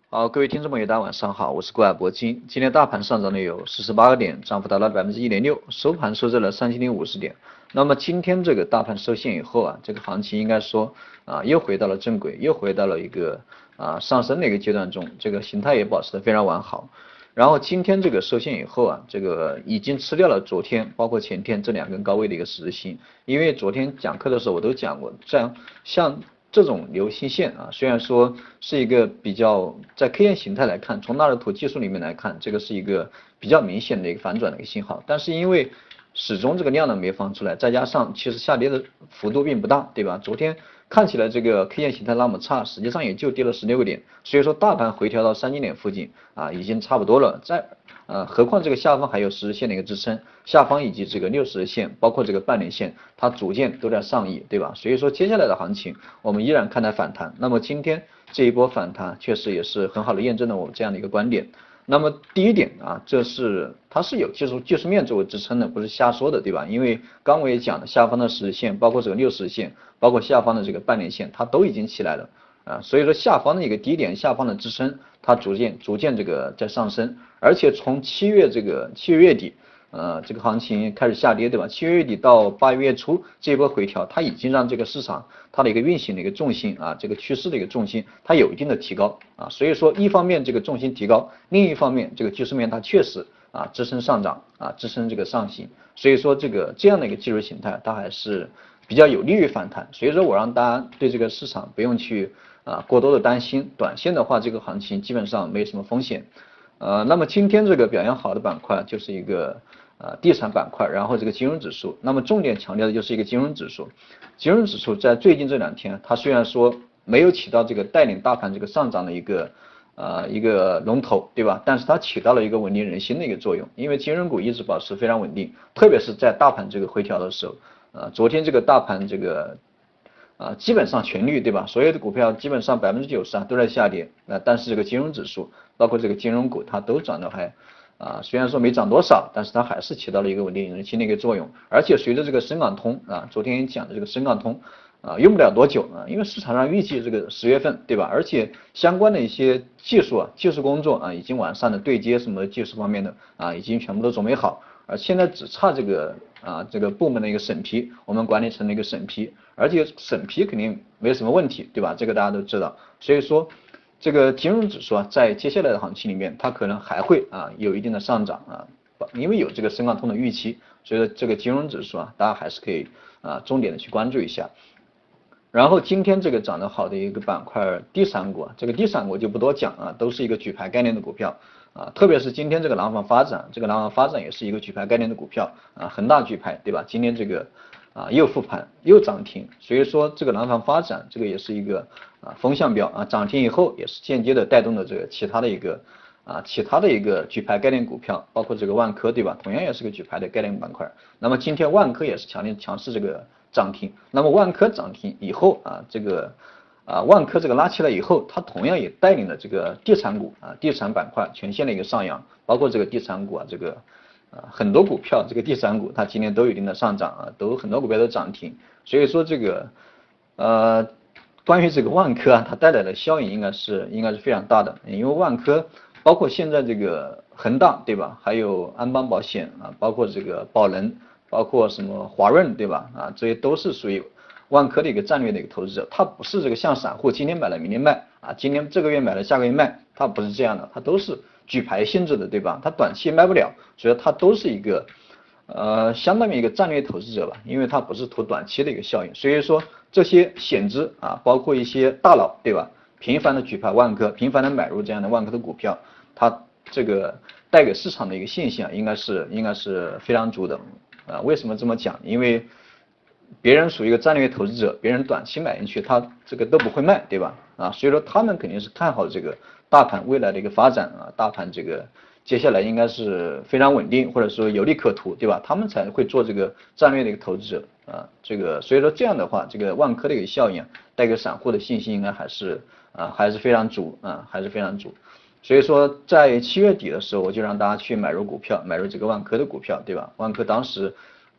好，各位听众朋友，大家晚上好，我是郭海铂金。今天大盘上涨了有48个点，涨幅达到了1.06%，收盘收在了3050点。那么今天这个大盘收线以后啊，这个行情应该说又回到了正轨，又回到了一个上升的一个阶段中，这个形态也保持得非常完好。然后今天这个收线以后啊，这个已经吃掉了昨天包括前天这两根高位的一个十日线，因为昨天讲课的时候我都讲过，这样像这种流星线啊，虽然说是一个比较在 K 线形态来看，从纳日图技术里面来看，这个是一个比较明显的一个反转的一个信号，但是因为始终这个量呢没放出来，再加上其实下跌的幅度并不大，对吧？昨天看起来这个 K 线形态那么差，实际上也就跌了16个点，所以说大盘回调到30点附近啊，已经差不多了。何况这个下方还有10日线的一个支撑，下方以及这个60日线，包括这个半年线，它逐渐都在上移，对吧？所以说接下来的行情，我们依然看待反弹。那么今天这一波反弹，确实也是很好的验证了我们这样的一个观点。那么第一点啊，它是有技术面作为支撑的，不是瞎说的，对吧？因为刚我也讲了，下方的10日线，包括这个60日线，包括下方的这个半年线，它都已经起来了啊，所以说下方的一个低点，下方的支撑，它逐渐这个在上升，而且从七月月底。这个行情开始下跌，对吧？7月底到8月初这一波回调，它已经让这个市场它的一个运行的一个重心啊，这个趋势的一个重心，它有一定的提高啊。所以说，一方面这个重心提高，另一方面这个技术面它确实支撑上涨啊，支撑这个上行。所以说这样的一个技术形态，它还是比较有利于反弹。所以说我让大家对这个市场不用去过多的担心，短线的话这个行情基本上没什么风险。那么今天这个表现好的板块就是一个地产板块，然后这个金融指数。那么重点强调的就是一个金融指数。金融指数在最近这两天，它虽然说没有起到这个带领大盘这个上涨的一个龙头，对吧？但是它起到了一个稳定人心的一个作用，因为金融股一直保持非常稳定，特别是在大盘这个回调的时候。昨天这个大盘这个基本上全绿，对吧？所有的股票基本上90%都在下跌，但是这个金融指数，包括这个金融股，它都涨得还虽然说没涨多少，但是它还是起到了一个稳定人心的一个作用。而且随着这个深港通昨天讲的这个深港通用不了多久因为市场上预计这个10月份，对吧？而且相关的一些技术工作已经完善的对接什么技术方面的已经全部都准备好。现在只差这个部门的一个审批，我们管理层的一个审批，而且审批肯定没什么问题，对吧？这个大家都知道，所以说这个金融指数在接下来的行情里面，它可能还会有一定的上涨因为有这个深港通的预期，所以说这个金融指数大家还是可以重点的去关注一下。然后今天这个涨得好的一个板块，地产股这个地产股就不多讲都是一个举牌概念的股票特别是今天这个廊坊发展，这个廊坊发展也是一个举牌概念的股票恒大举牌，对吧？今天这个又复盘又涨停，所以说这个廊坊发展这个也是一个风向标涨停以后也是间接的带动了这个其他的一个举牌概念股票，包括这个万科，对吧？同样也是个举牌的概念板块。那么今天万科也是强势这个涨停。那么万科涨停以后万科这个拉起来以后，它同样也带领了这个地产股地产板块全线的一个上扬，包括这个地产股这个很多股票这个地产股它今天都有一定的上涨都很多股票都涨停。所以说这个关于这个万科它带来的效应应该是非常大的，因为万科包括现在这个恒大，对吧？还有安邦保险包括这个宝能，包括什么华润，对吧？这些都是属于万科的一个战略的一个投资者，它不是这个像散户今天买了明天卖今天这个月买了下个月卖，它不是这样的，它都是举牌性质的，对吧？它短期卖不了，所以它都是一个相当于一个战略投资者吧，因为它不是图短期的一个效应，所以说这些险资包括一些大佬，对吧？频繁的举牌万科，频繁的买入这样的万科的股票，它这个带给市场的一个现象应该是非常足的为什么这么讲？因为别人属于一个战略投资者，别人短期买进去，他这个都不会卖，对吧？所以说他们肯定是看好这个大盘未来的一个发展大盘这个接下来应该是非常稳定，或者说有利可图，对吧？他们才会做这个战略的一个投资者这个所以说这样的话，这个万科的一个效应带给散户的信心应该还是非常足还是非常足。所以说在7月底的时候，我就让大家去买入股票，买入这个万科的股票，对吧？万科当时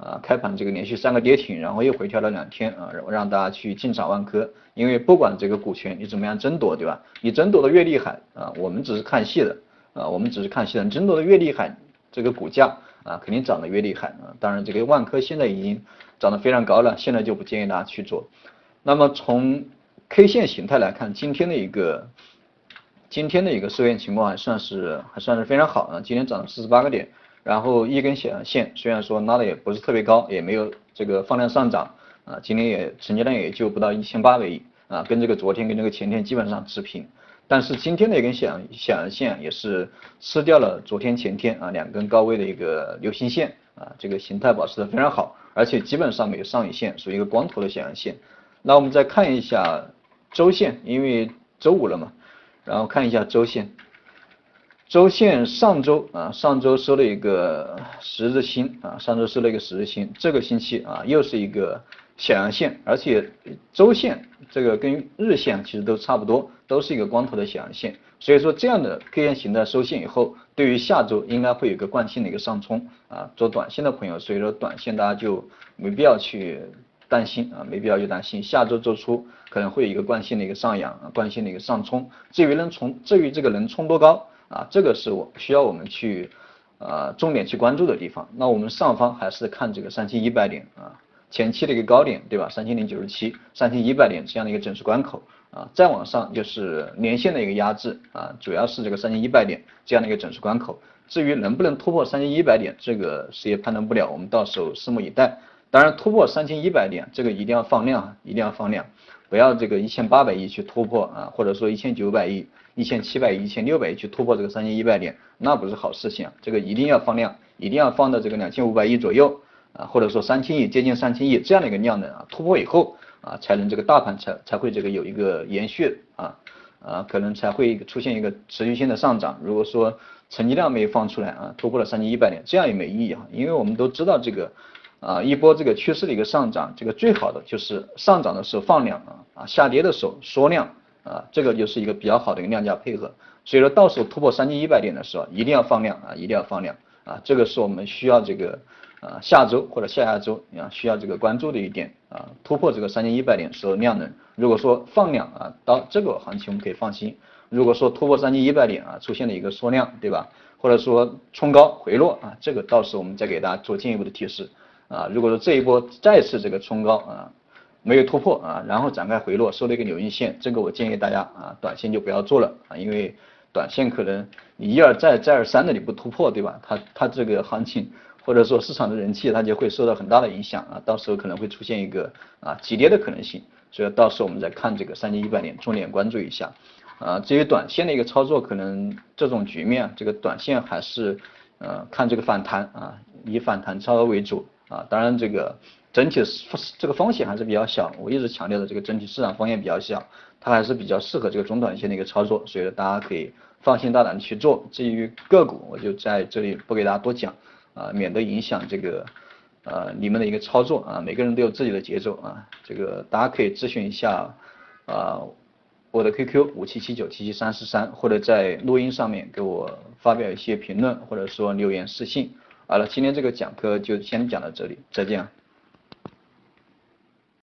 开盘这个连续3个跌停，然后又回调了2天啊，让大家去进场万科。因为不管这个股权你怎么样争夺，对吧？你争夺的越厉害啊，我们只是看戏的啊，我们只是看戏的，争夺的越厉害，这个股价啊肯定涨得越厉害啊。当然，这个万科现在已经涨得非常高了，现在就不建议大家去做。那么从 K 线形态来看，今天的一个收线情况还算是非常好啊，今天涨了48个点。然后一根小阳线，虽然说拉的也不是特别高，也没有这个放量上涨啊，今天也成交量也就不到1800亿啊，跟这个昨天跟这个前天基本上持平。但是今天的一根小阳线也是吃掉了昨天前天啊2根高位的一个流星线啊，这个形态保持的非常好，而且基本上没有上影线，属于一个光头的小阳线。那我们再看一下周线，因为周五了嘛，然后看一下周线。周线上周收了一个十字星啊，这个星期啊又是一个小阳线，而且周线这个跟日线其实都差不多，都是一个光头的小阳线，所以说这样的 K 线形态收线以后，对于下周应该会有一个惯性的一个上冲啊，做短线的朋友，所以说短线大家就没必要去担心啊，没必要去担心，下周周初可能会有一个惯性的一个上扬，惯性的一个上冲，至于这个能冲多高？啊，这个是需要我们去重点去关注的地方。那我们上方还是看这个3100点啊，前期的一个高点，对吧？3097、3100点这样的一个整数关口啊，再往上就是年线的一个压制啊，主要是这个3100点这样的一个整数关口。至于能不能突破3100点，这个谁也判断不了，我们到时候拭目以待。当然，突破3100点，这个一定要放量，一定要放量。不要这个1800亿去突破啊，或者说1900亿、1700亿、1600亿去突破这个3100点，那不是好事情啊。这个一定要放量，一定要放到这个2500亿左右啊，或者说3000亿，接近3000亿这样的一个量能啊，突破以后啊，才能这个大盘才会这个有一个延续可能才会出现一个持续性的上涨。如果说成交量没有放出来啊，突破了3100点，这样也没意义啊，因为我们都知道这个。一波这个趋势的一个上涨，这个最好的就是上涨的时候放量下跌的时候缩量这个就是一个比较好的一个量价配合。所以说到时候突破3100点的时候，一定要放量一定要放量这个是我们需要这个下周或者下周需要这个关注的一点突破这个3100点时候量能，如果说放量到这个行情我们可以放心。如果说突破3100点出现了一个缩量，对吧？或者说冲高回落这个到时候我们再给大家做进一步的提示。如果说这一波再次这个冲高没有突破然后展开回落收了一个扭阴线，这个我建议大家短线就不要做了因为短线可能你一而再再而三的你不突破，对吧？它这个行情或者说市场的人气它就会受到很大的影响到时候可能会出现一个急跌的可能性，所以到时候我们再看这个3100点，重点关注一下至于短线的一个操作，可能这种局面这个短线还是看这个反弹以反弹操作为主。当然这个整体这个风险还是比较小，我一直强调的这个整体市场风险比较小，它还是比较适合这个中短线的一个操作，所以大家可以放心大胆的去做。至于个股，我就在这里不给大家多讲免得影响这个你们的一个操作每个人都有自己的节奏这个大家可以咨询一下我的 QQ 57797733，或者在录音上面给我发表一些评论，或者说留言私信。好了，今天这个讲课就先讲到这里，再见。